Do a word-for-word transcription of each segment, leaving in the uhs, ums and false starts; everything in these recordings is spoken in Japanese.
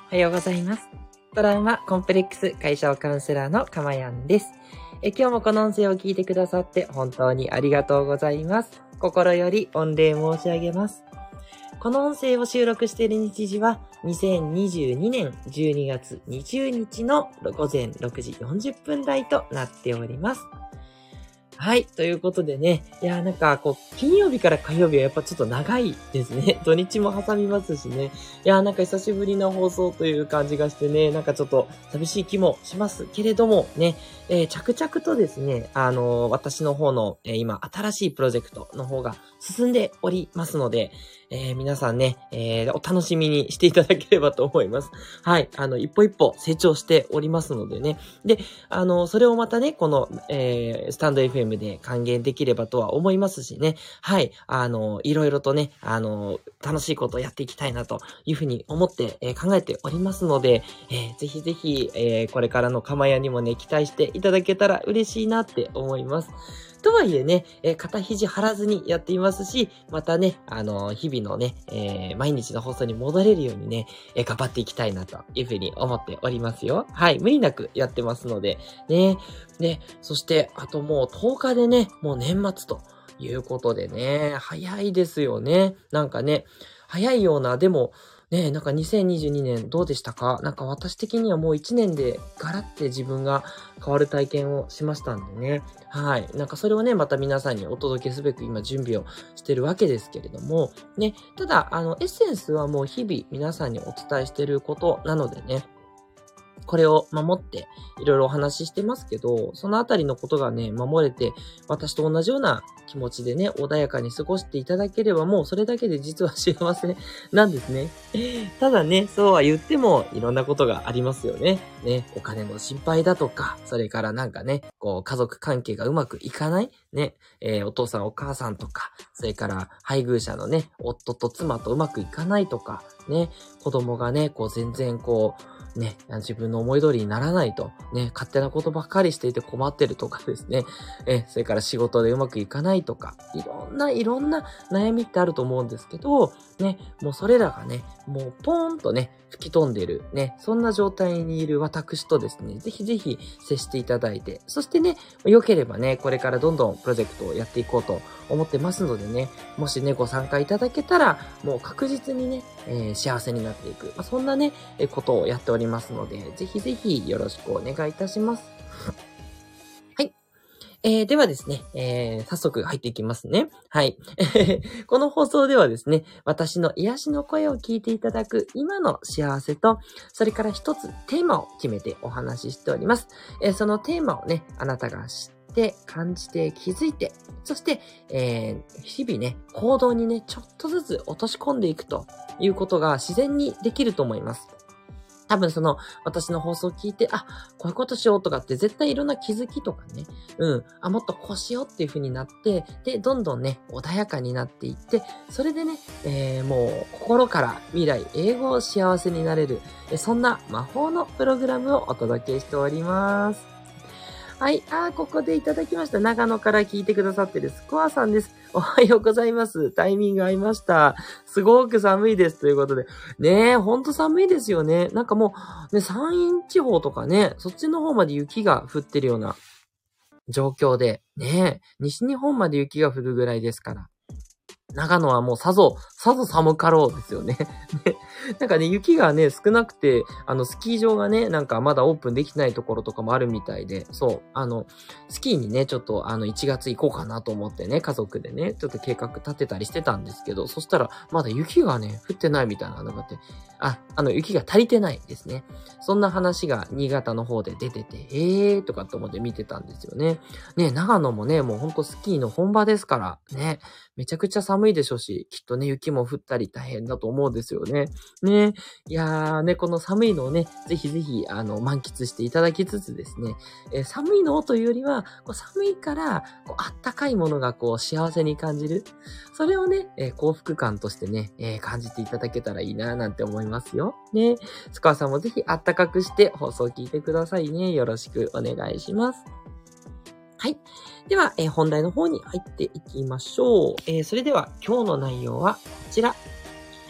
おはようございます。トラウマコンプレックス解消カウンセラーのかまやんです。え今日もこの音声を聞いてくださって本当にありがとうございます。心より御礼申し上げます。この音声を収録している日時はにせんにじゅうにねんじゅうにがつにじゅうにちのごぜんろくじよんじゅっぷん台となっております。はい。ということでね。いやーなんかこう、金曜日から火曜日はやっぱちょっと長いですね。土日も挟みますしね。いやーなんか久しぶりの放送という感じがしてね、なんかちょっと寂しい気もしますけれどもね、えー、着々とですね、あのー、私の方の、えー、今新しいプロジェクトの方が進んでおりますので、えー、皆さんね、えー、お楽しみにしていただければと思います。はい。あの、一歩一歩成長しておりますのでね。で、あの、それをまたね、この、えー、スタンド エフエム で還元できればとは思いますしね。はい。あの、いろいろとね、あの、楽しいことをやっていきたいなというふうに思って、えー、考えておりますので、えー、ぜひぜひ、えー、これからのかまやにもね、期待していただけたら嬉しいなって思います。とはいえね、えー、肩肘張らずにやっていますし、またね、あのー、日々のね、えー、毎日の放送に戻れるようにね、えー、頑張っていきたいなというふうに思っておりますよ。はい、無理なくやってますので、ね。で、そして、あともうとおかでね、もう年末ということでね、早いですよね。なんかね、早いような、でも、ねえ、なんかにせんにじゅうにねんどうでしたか？なんか私的にはもういちねんでガラって自分が変わる体験をしましたんでね。はい。なんかそれをね、また皆さんにお届けすべく今準備をしてるわけですけれども、ね、ただ、あの、エッセンスはもう日々皆さんにお伝えしていることなのでね、これを守っていろいろお話ししてますけど、そのあたりのことがね、守れて、私と同じような気持ちでね、穏やかに過ごしていただければもうそれだけで実は幸せなんですね。ただね、そうは言ってもいろんなことがありますよね。ね、お金の心配だとか、それからなんかね、こう家族関係がうまくいかないね、えー、お父さんお母さんとか、それから配偶者のね、夫と妻とうまくいかないとか、ね、子供がね、こう全然こう、ね、自分の思い通りにならないと、ね、勝手なことばっかりしていて困ってるとかですね、え、それから仕事でうまくいかないとか、いろんないろんな悩みってあると思うんですけど、ね、もうそれらがね、もうポーンとね、吹き飛んでる、ね、そんな状態にいる私とですね、ぜひぜひ接していただいて、そしてね、良ければね、これからどんどんプロジェクトをやっていこうと思ってますのでね、もしね、ご参加いただけたら、もう確実にね、えー、幸せになっていく、まあ、そんなね、えことをやっておりますので、ぜひぜひよろしくお願いいたします。はい。えー、ではですね、えー、早速入っていきますね。はい。この放送ではですね、私の癒しの声を聞いていただく今の幸せと、それから一つテーマを決めてお話ししております。えー、そのテーマをね、あなたが知って感じて気づいて、そして、えー、日々ね、行動にね、ちょっとずつ落とし込んでいくということが自然にできると思います。多分その、私の放送を聞いて、あ、こういうことしようとかって絶対いろんな気づきとかね、うん、あ、もっとこうしようっていう風になって、で、どんどんね、穏やかになっていって、それでね、えー、もう心から未来、英語を幸せになれる、えそんな魔法のプログラムをお届けしております。はい。あー、ここでいただきました。長野から聞いてくださってるスコアさんです。おはようございます。タイミング合いました。すごく寒いです。ということで。ねえ、ほんと寒いですよね。なんかもう、ね、山陰地方とかね、そっちの方まで雪が降ってるような状況で、ねえ、西日本まで雪が降るぐらいですから。長野はもうさぞ、さぞ寒かろうですよね。ね、なんかね、雪がね、少なくて、あの、スキー場がね、なんかまだオープンできないところとかもあるみたいで、そう、あの、スキーにね、ちょっとあの、いちがつ行こうかなと思ってね、家族でね、ちょっと計画立てたりしてたんですけど、そしたら、まだ雪がね、降ってないみたいなのがあって、あ、あの、雪が足りてないですね。そんな話が新潟の方で出てて、えーとかって思って見てたんですよね。ね、長野もね、もうほんとスキーの本場ですから、ね、めちゃくちゃ寒いでしょうし、きっとね、雪も降ったり大変だと思うんですよね。ね。いやーね、この寒いのをね、ぜひぜひ、あの、満喫していただきつつですね、えー寒いのというよりは、こう寒いから、こうあったかいものがこう幸せに感じる。それをね、えー幸福感としてね、えー感じていただけたらいいななんて思いますよ。ね。スカーさんもぜひあったかくして放送を聞いてくださいね。よろしくお願いします。はい。では、えー本題の方に入っていきましょう。えーそれでは今日の内容はこちら。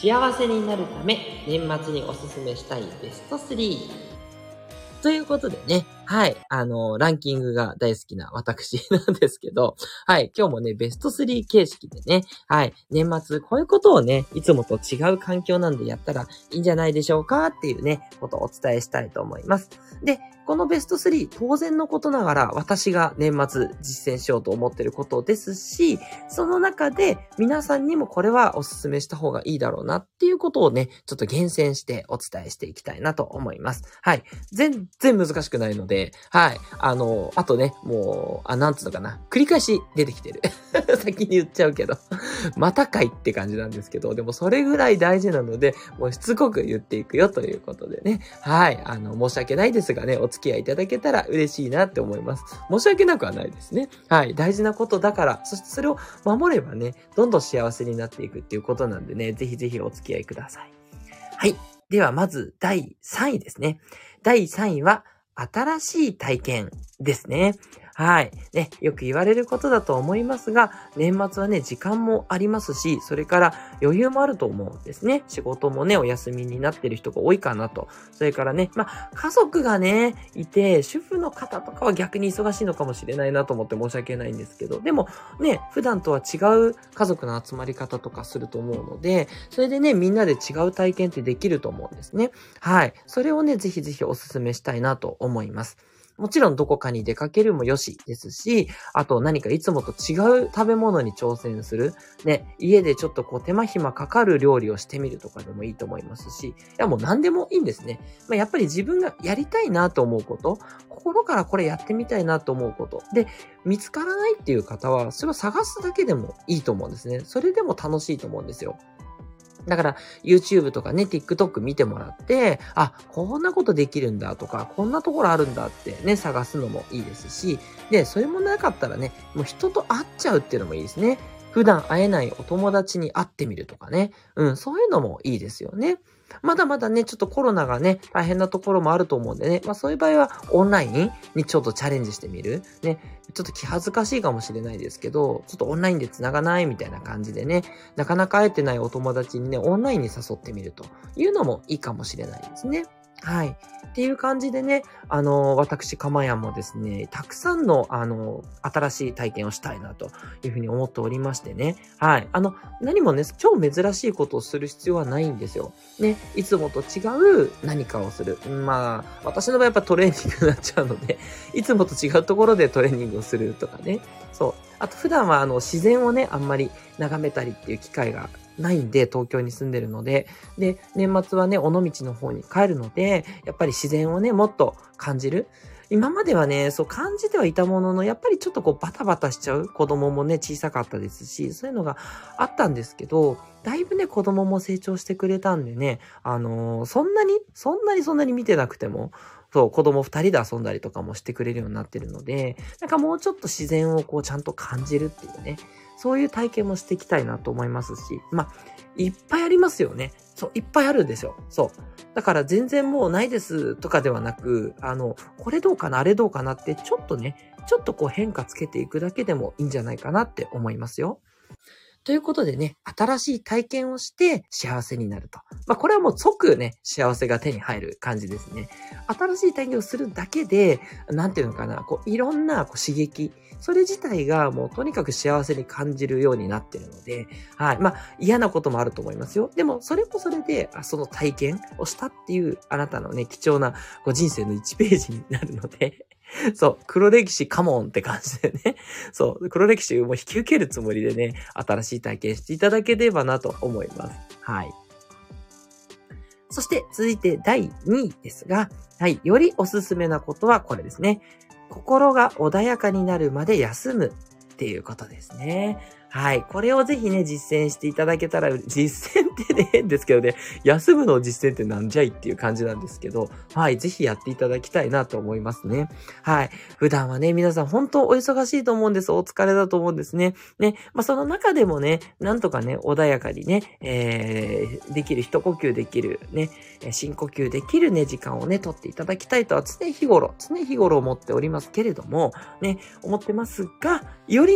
幸せになるため、年末におすすめしたいベストスリー。ということでね、はい、あの、ランキングが大好きな私なんですけど、はい、今日もね、ベストスリー形式でね、はい、年末こういうことをね、いつもと違う環境なんでやったらいいんじゃないでしょうかっていうね、ことをお伝えしたいと思います。で、このベストスリー、当然のことながら私が年末実践しようと思っていることですし、その中で皆さんにもこれはお勧めした方がいいだろうなっていうことをね、ちょっと厳選してお伝えしていきたいなと思います。はい。全然難しくないので、はい。あの、あとね、もう、あ、なんつうのかな。繰り返し出てきてる。先に言っちゃうけど。またかいって感じなんですけど、でもそれぐらい大事なので、もうしつこく言っていくよということでね。はい。あの、申し訳ないですがね、お付き合いいただけたら嬉しいなって思います。申し訳なくはないですね。はい。大事なことだから、そしてそれを守ればね、どんどん幸せになっていくっていうことなんでね、ぜひぜひお付き合いください。はい。ではまずだいさんいですね。だいさんいは、新しい体験ですね。はい。ね、よく言われることだと思いますが、年末はね、時間もありますし、それから余裕もあると思うんですね。仕事もね、お休みになってる人が多いかなと。それからね、まあ、家族がね、いて、主婦の方とかは逆に忙しいのかもしれないなと思って申し訳ないんですけど、でもね、普段とは違う家族の集まり方とかすると思うので、それでね、みんなで違う体験ってできると思うんですね。はい。それをね、ぜひぜひお勧めしたいなと思います。もちろんどこかに出かけるもよしですし、あと何かいつもと違う食べ物に挑戦する。ね、家でちょっとこう手間暇かかる料理をしてみるとかでもいいと思いますし、いやもう何でもいいんですね。まあ、やっぱり自分がやりたいなと思うこと、心からこれやってみたいなと思うこと。で、見つからないっていう方は、それを探すだけでもいいと思うんですね。それでも楽しいと思うんですよ。だから YouTube とかね、TikTok 見てもらって、あ、こんなことできるんだとか、こんなところあるんだってね、探すのもいいですし、で、それもなかったらね、もう人と会っちゃうっていうのもいいですね。普段会えないお友達に会ってみるとかね。うん、そういうのもいいですよね。まだまだね、ちょっとコロナがね、大変なところもあると思うんでね、まあそういう場合はオンラインにちょっとチャレンジしてみる。ね、ちょっと気恥ずかしいかもしれないですけど、ちょっとオンラインで繋がないみたいな感じでね、なかなか会えてないお友達にね、オンラインに誘ってみるというのもいいかもしれないですね。はい。っていう感じでね、あの、私、かまやんもですね、たくさんの、あの、新しい体験をしたいなというふうに思っておりましてね。はい。あの、何もね、超珍しいことをする必要はないんですよ。ね、いつもと違う何かをする。まあ、私の場合やっぱトレーニングになっちゃうので、いつもと違うところでトレーニングをするとかね。そう。あと普段はあの、自然をね、あんまり眺めたりっていう機会がないんで、東京に住んでるので、で、年末はね、尾道の方に帰るので、やっぱり自然をね、もっと感じる。今まではね、そう感じてはいたものの、やっぱりちょっとこうバタバタしちゃう子供もね、小さかったですし、そういうのがあったんですけど、だいぶね、子供も成長してくれたんでね、あのー、そんなに、そんなにそんなに見てなくても、そう、子供二人で遊んだりとかもしてくれるようになってるので、なんかもうちょっと自然をこうちゃんと感じるっていうね、そういう体験もしていきたいなと思いますし、まあ、いっぱいありますよね。そう、いっぱいあるんですよ。そう。だから全然もうないですとかではなく、あの、これどうかな、あれどうかなって、ちょっとね、ちょっとこう変化つけていくだけでもいいんじゃないかなって思いますよ。ということでね、新しい体験をして幸せになると。まあこれはもう即ね、幸せが手に入る感じですね。新しい体験をするだけで、なんていうのかな、こういろんなこう刺激、それ自体がもうとにかく幸せに感じるようになってるので、はい。まあ嫌なこともあると思いますよ。でもそれもそれで、あその体験をしたっていうあなたのね、貴重なこう人生のいちページになるので、そう、黒歴史カモンって感じでね。そう、黒歴史も引き受けるつもりでね、新しい体験していただければなと思います。はい。そして続いてだいにいですが、はい、よりおすすめなことはこれですね。心が穏やかになるまで休むっていうことですね。はい。これをぜひね、実践していただけたら、実践ってね、変ですけどね、休むのを実践ってなんじゃいっていう感じなんですけど、はい。ぜひやっていただきたいなと思いますね。はい。普段はね、皆さん本当お忙しいと思うんです。お疲れだと思うんですね。ね。まあ、その中でもね、なんとかね、穏やかにね、えー、できる、一呼吸できる、ね、深呼吸できるね、時間をね、取っていただきたいとは常日頃、常日頃思っておりますけれども、ね、思ってますが、よりね、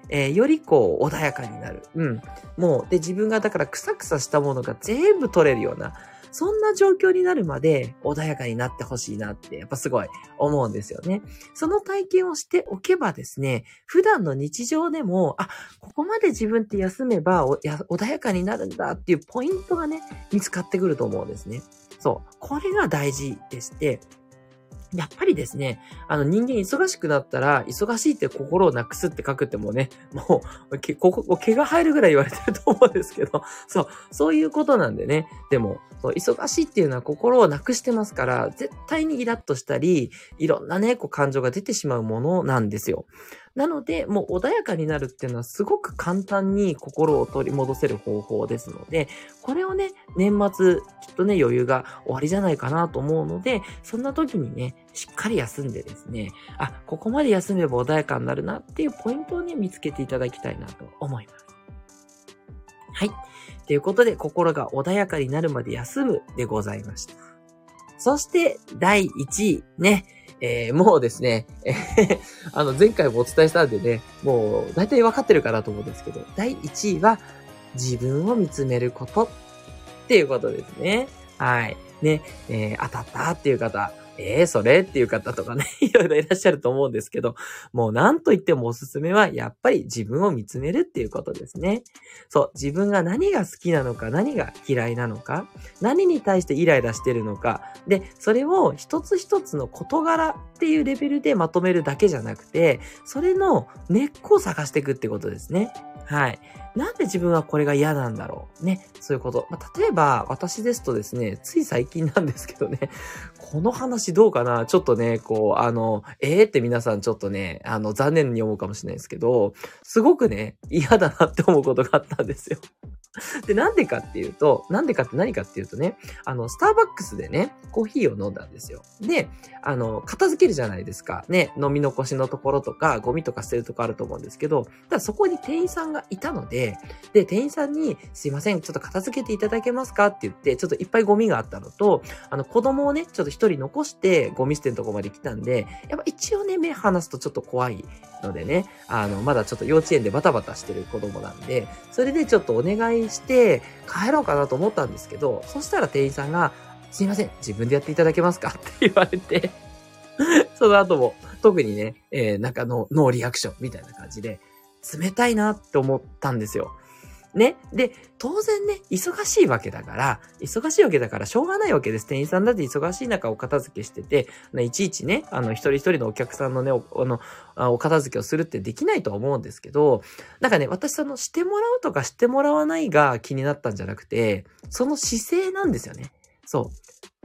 えー、よりこう穏やかになる。うん。もう、で、自分がだからクサクサしたものが全部取れるような、そんな状況になるまで穏やかになってほしいなって、やっぱすごい思うんですよね。その体験をしておけばですね、普段の日常でも、あ、ここまで自分って休めばおや穏やかになるんだっていうポイントがね、見つかってくると思うんですね。そう。これが大事でして、やっぱりですね、あの人間忙しくなったら、忙しいって心をなくすって書くってもうね、もう、けここ、毛が生えるぐらい言われてると思うんですけど、そう、そういうことなんでね。でも、そう忙しいっていうのは心をなくしてますから、絶対にイラッとしたり、いろんなね、こう感情が出てしまうものなんですよ。なので、もう穏やかになるっていうのはすごく簡単に心を取り戻せる方法ですので、これをね、年末、きっとね、余裕が終わりじゃないかなと思うので、そんな時にね、しっかり休んでですね、あ、ここまで休めば穏やかになるなっていうポイントをね、見つけていただきたいなと思います。はい。ということで、心が穏やかになるまで休むでございました。そして、だいいちいね、えー、もうですね、えー、あの、前回もお伝えしたんでね、もう、大体分かってるかなと思うんですけど、だいいちいは、自分を見つめることっていうことですね。はい。ね、えー、当たったっていう方、えー、それっていう方とかね、いろいろいらっしゃると思うんですけど、もう何と言ってもおすすめは、やっぱり自分を見つめるっていうことですね。そう、自分が何が好きなのか、何が嫌いなのか、何に対してイライラしてるのか、で、それを一つ一つの事柄っていうレベルでまとめるだけじゃなくて、それの根っこを探していくってことですね。はい。なんで自分はこれが嫌なんだろうね。そういうこと。まあ、例えば、私ですとですね、つい最近なんですけどね、この話どうかなちょっとね、こう、あの、えーって皆さんちょっとね、あの、残念に思うかもしれないですけど、すごくね、嫌だなって思うことがあったんですよ。で、なんでかっていうと、なんでかって何かっていうとね、あの、スターバックスでね、コーヒーを飲んだんですよ。で、あの、片付けるじゃないですか。ね、飲み残しのところとか、ゴミとか捨てるとこあると思うんですけど、ただそこに店員さんがいたので、で、店員さんに、すいません、ちょっと片付けていただけますかって言って、ちょっといっぱいゴミがあったのと、あの、子供をね、ちょっと一人残して、ゴミ捨てのとこまで来たんで、やっぱ一応ね、目離すとちょっと怖いのでね、あの、まだちょっと幼稚園でバタバタしてる子供なんで、それでちょっとお願いして帰ろうかなと思ったんですけど、そしたら店員さんが、すいません、自分でやっていただけますかって言われて、その後も特にね、えー、なんかのノーリアクションみたいな感じで、冷たいなって思ったんですよ。ね。で、当然ね、忙しいわけだから、忙しいわけだからしょうがないわけです。店員さんだって忙しい中お片付けしてて、いちいちね、あの、一人一人のお客さんのね、お、あの、お片付けをするってできないとは思うんですけど、なんかね、私そのしてもらうとかしてもらわないが気になったんじゃなくて、その姿勢なんですよね。そう。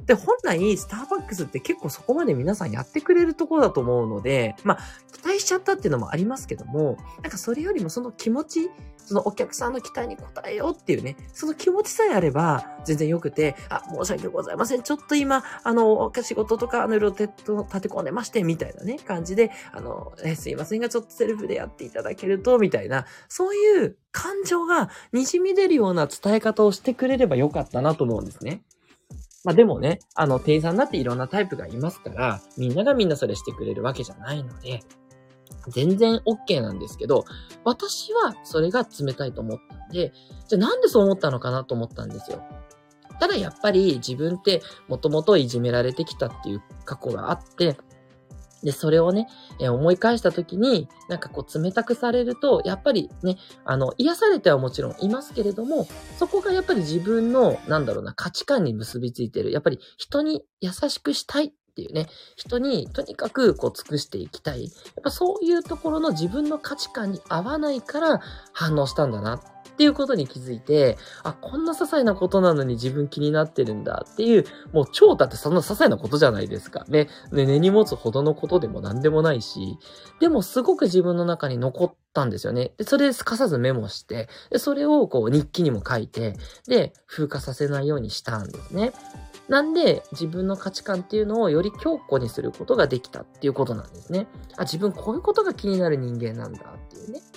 で、本来、スターバックスって結構そこまで皆さんやってくれるところだと思うので、まあ、期待しちゃったっていうのもありますけども、なんかそれよりもその気持ち、そのお客さんの期待に応えようっていうね、その気持ちさえあれば全然良くて、あ、申し訳ございません。ちょっと今、あの、仕事とか、あの、いろいろ立て込んでまして、みたいなね、感じで、あの、えすいませんが、ちょっとセルフでやっていただけると、みたいな、そういう感情が滲み出るような伝え方をしてくれればよかったなと思うんですね。まあでもね、あの、店員さんだっていろんなタイプがいますから、みんながみんなそれしてくれるわけじゃないので、全然 OK なんですけど、私はそれが冷たいと思ったんで、じゃあなんでそう思ったのかなと思ったんですよ。ただやっぱり自分ってもともといじめられてきたっていう過去があって、で、それをね、えー思い返したときに、なんかこう冷たくされると、やっぱりね、あの、癒されてはもちろんいますけれども、そこがやっぱり自分の、なんだろうな、価値観に結びついてる。やっぱり人に優しくしたいっていうね、人にとにかくこう尽くしていきたい。やっぱそういうところの自分の価値観に合わないから反応したんだなっていうことに気づいて、あ、こんな些細なことなのに自分気になってるんだっていう、もう超だってそんな些細なことじゃないですか。ね。ね、根に持つほどのことでも何でもないし、でもすごく自分の中に残ったんですよね。で、それですかさずメモして、で、それをこう日記にも書いて、で、風化させないようにしたんですね。なんで、自分の価値観っていうのをより強固にすることができたっていうことなんですね。あ、自分こういうことが気になる人間なんだっていうね。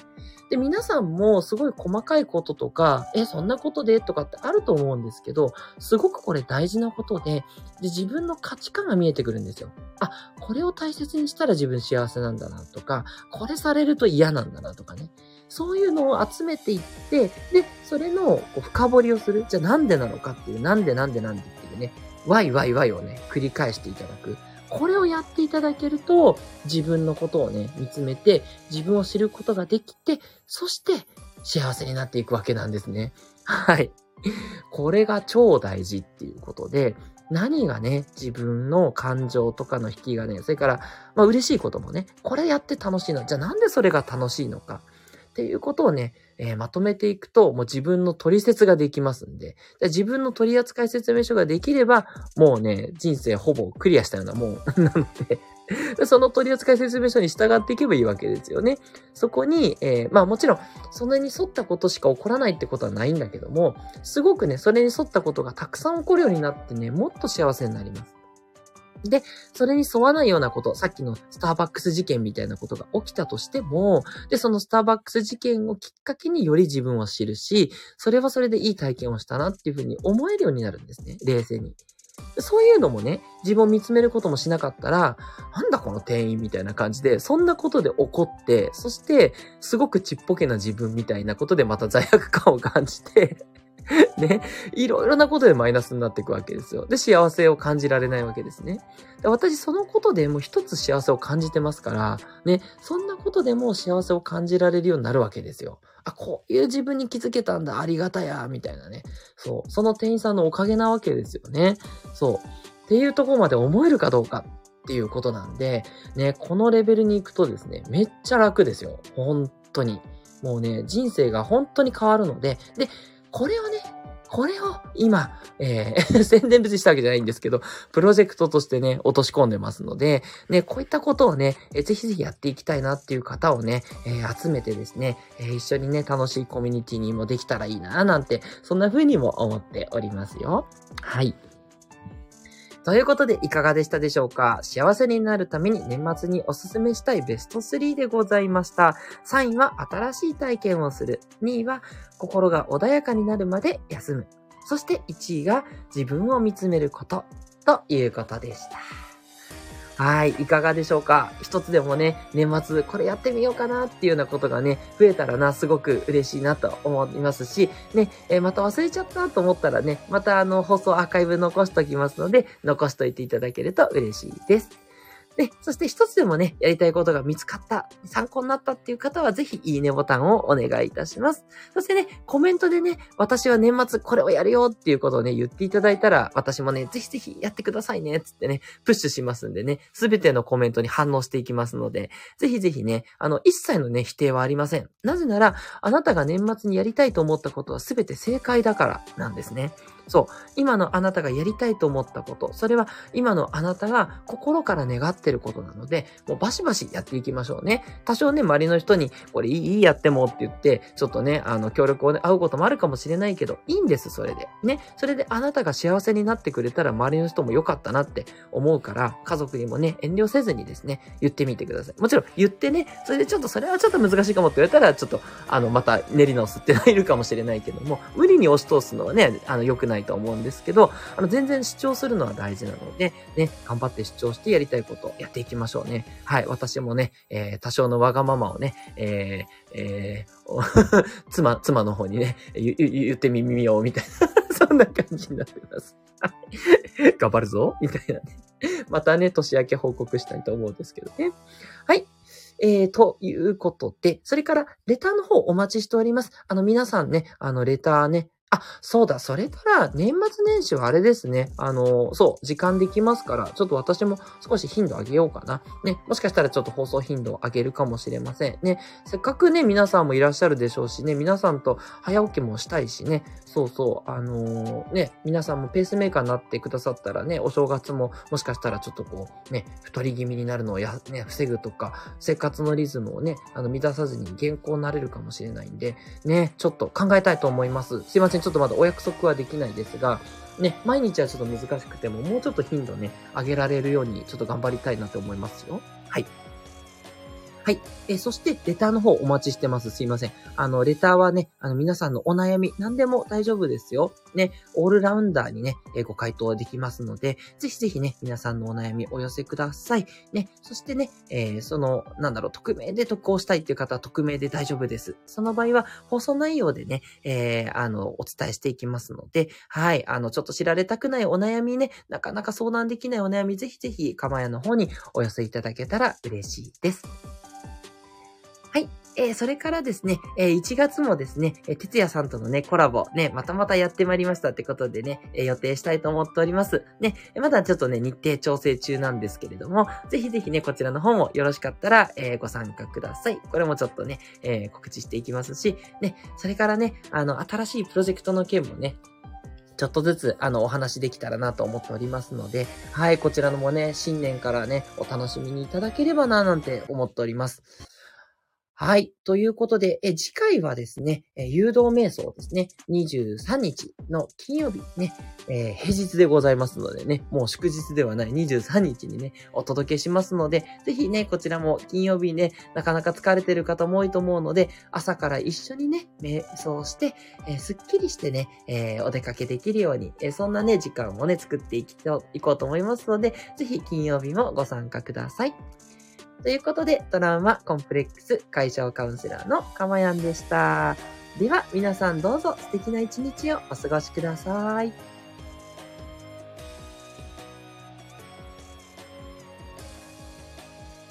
で、皆さんもすごい細かいこととか、え、そんなことでとかってあると思うんですけど、すごくこれ大事なことで、で、自分の価値観が見えてくるんですよ。あ、これを大切にしたら自分幸せなんだなとか、これされると嫌なんだなとかね。そういうのを集めていって、で、それのこう深掘りをする。じゃあなんでなのかっていう、なんでなんでなんでっていうね、ワイワイワイをね、繰り返していただく。これをやっていただけると、自分のことをね、見つめて、自分を知ることができて、そして幸せになっていくわけなんですね。はい。これが超大事っていうことで、何がね、自分の感情とかの引き金、それから、まあ嬉しいこともね、これやって楽しいの。じゃあなんでそれが楽しいのか。っていうことをね、えーまとめていくと、もう自分の取説ができますんで、で自分の取扱説明書ができれば、もうね、人生ほぼクリアしたようなもんなので、でその取扱説明書に従っていけばいいわけですよね。そこに、えーまあもちろん、それに沿ったことしか起こらないってことはないんだけども、すごくね、それに沿ったことがたくさん起こるようになってね、もっと幸せになります。で、それに沿わないようなこと、さっきのスターバックス事件みたいなことが起きたとしても、で、そのスターバックス事件をきっかけにより自分を知るし、それはそれでいい体験をしたなっていうふうに思えるようになるんですね。冷静に。そういうのもね、自分を見つめることもしなかったら、なんだこの店員みたいな感じで、そんなことで怒って、そして、すごくちっぽけな自分みたいなことでまた罪悪感を感じて、ね。いろいろなことでマイナスになっていくわけですよ。で、幸せを感じられないわけですね。で私、そのことでもう一つ幸せを感じてますから、ね。そんなことでも幸せを感じられるようになるわけですよ。あ、こういう自分に気づけたんだ。ありがたや。みたいなね。そう。その店員さんのおかげなわけですよね。そう。っていうところまで思えるかどうかっていうことなんで、ね。このレベルに行くとですね、めっちゃ楽ですよ。本当に。もうね、人生が本当に変わるので、で、これをね、これを今、えー、宣伝別にしたわけじゃないんですけど、プロジェクトとしてね、落とし込んでますので、ね、こういったことをね、えー、ぜひぜひやっていきたいなっていう方をね、えー、集めてですね、えー、一緒にね、楽しいコミュニティにもできたらいいな、なんて、そんな風にも思っておりますよ。はい。ということで、いかがでしたでしょうか？幸せになるために年末におすすめしたいベストスリーでございました。さんいは新しい体験をする。にいは心が穏やかになるまで休む。そしていちいが自分を見つめることということでした。はい。いかがでしょうか？一つでもね、年末これやってみようかなっていうようなことがね、増えたらな、すごく嬉しいなと思いますし、ね、えーまた忘れちゃったと思ったらね、またあの放送アーカイブ残しときますので、残しといていただけると嬉しいです。で、そして一つでもね、やりたいことが見つかった、参考になったっていう方は、ぜひいいねボタンをお願いいたします。そしてね、コメントでね、私は年末これをやるよっていうことをね、言っていただいたら、私もね、ぜひぜひやってくださいね、つってね、プッシュしますんでね、すべてのコメントに反応していきますので、ぜひぜひね、あの、一切のね、否定はありません。なぜなら、あなたが年末にやりたいと思ったことはすべて正解だからなんですね。そう。今のあなたがやりたいと思ったこと、それは今のあなたが心から願ってることなので、もうバシバシやっていきましょうね。多少ね、周りの人に、これいい、いいやってもって言って、ちょっとね、あの、協力をね、会うこともあるかもしれないけど、いいんです、それで。ね。それであなたが幸せになってくれたら、周りの人も良かったなって思うから、家族にもね、遠慮せずにですね、言ってみてください。もちろん、言ってね、それでちょっと、それはちょっと難しいかもって言われたら、ちょっと、あの、また練り直すってのはいるかもしれないけども、無理に押し通すのはね、あの、良くないと思うんですけど、あの、全然主張するのは大事なので、ね、頑張って主張してやりたいことをやっていきましょうね。はい、私もね、えー、多少のわがままをね、えー、えー、妻、妻の方にね、言, 言ってみみようみたいな、そんな感じになってます。頑張るぞみたいなね。またね、年明け報告したいと思うんですけどね。はい。えー、ということで、それから、レターの方お待ちしております。あの、皆さんね、あの、レターね、あ、そうだ、それから、年末年始はあれですね。あの、そう、時間できますから、ちょっと私も少し頻度上げようかな。ね、もしかしたらちょっと放送頻度を上げるかもしれません。ね、せっかくね、皆さんもいらっしゃるでしょうしね、皆さんと早起きもしたいしね、そうそう、あのー、ね、皆さんもペースメーカーになってくださったらね、お正月ももしかしたらちょっとこう、ね、太り気味になるのをや、ね、防ぐとか、生活のリズムをね、あの、乱さずに健康になれるかもしれないんで、ね、ちょっと考えたいと思います。すいません、ちょっとまだお約束はできないですが、ね、毎日はちょっと難しくても、もうちょっと頻度ね、上げられるようにちょっと頑張りたいなと思いますよ。はい。 はい。えー、そして、レターの方お待ちしてます。すいません。あの、レターはね、あの、皆さんのお悩み、何でも大丈夫ですよ。ね、オールラウンダーにね、えー、ご回答できますので、ぜひぜひね、皆さんのお悩みお寄せください。ね、そしてね、えー、その、なんだろう、匿名で投稿したいっていう方は匿名で大丈夫です。その場合は、放送内容でね、えー、あの、お伝えしていきますので、はい、あの、ちょっと知られたくないお悩みね、なかなか相談できないお悩み、ぜひぜひ、かまやの方にお寄せいただけたら嬉しいです。はい。えー、それからですね、えー、いちがつもですね、えー、哲也さんとのね、コラボ、ね、またまたやってまいりましたってことでね、えー、予定したいと思っております。ね、まだちょっとね、日程調整中なんですけれども、ぜひぜひね、こちらの方もよろしかったら、えー、ご参加ください。これもちょっとね、えー、告知していきますし、ね、それからね、あの、新しいプロジェクトの件もね、ちょっとずつ、あの、お話できたらなと思っておりますので、はい、こちらのもね、新年からね、お楽しみにいただければな、なんて思っております。はい。ということで、え、次回はですね、え、誘導瞑想ですね。にじゅうさんにちの金曜日ね、えー、平日でございますのでね、もう祝日ではないにじゅうさんにちにね、お届けしますので、ぜひね、こちらも金曜日ね、なかなか疲れてる方も多いと思うので、朝から一緒にね、瞑想して、えー、すっきりしてね、えー、お出かけできるように、えー、そんなね、時間をね、作っていきと、いこうと思いますので、ぜひ金曜日もご参加ください。ということで、トラウマコンプレックス解消カウンセラーのかまやんでした。では、皆さんどうぞ素敵な一日をお過ごしください。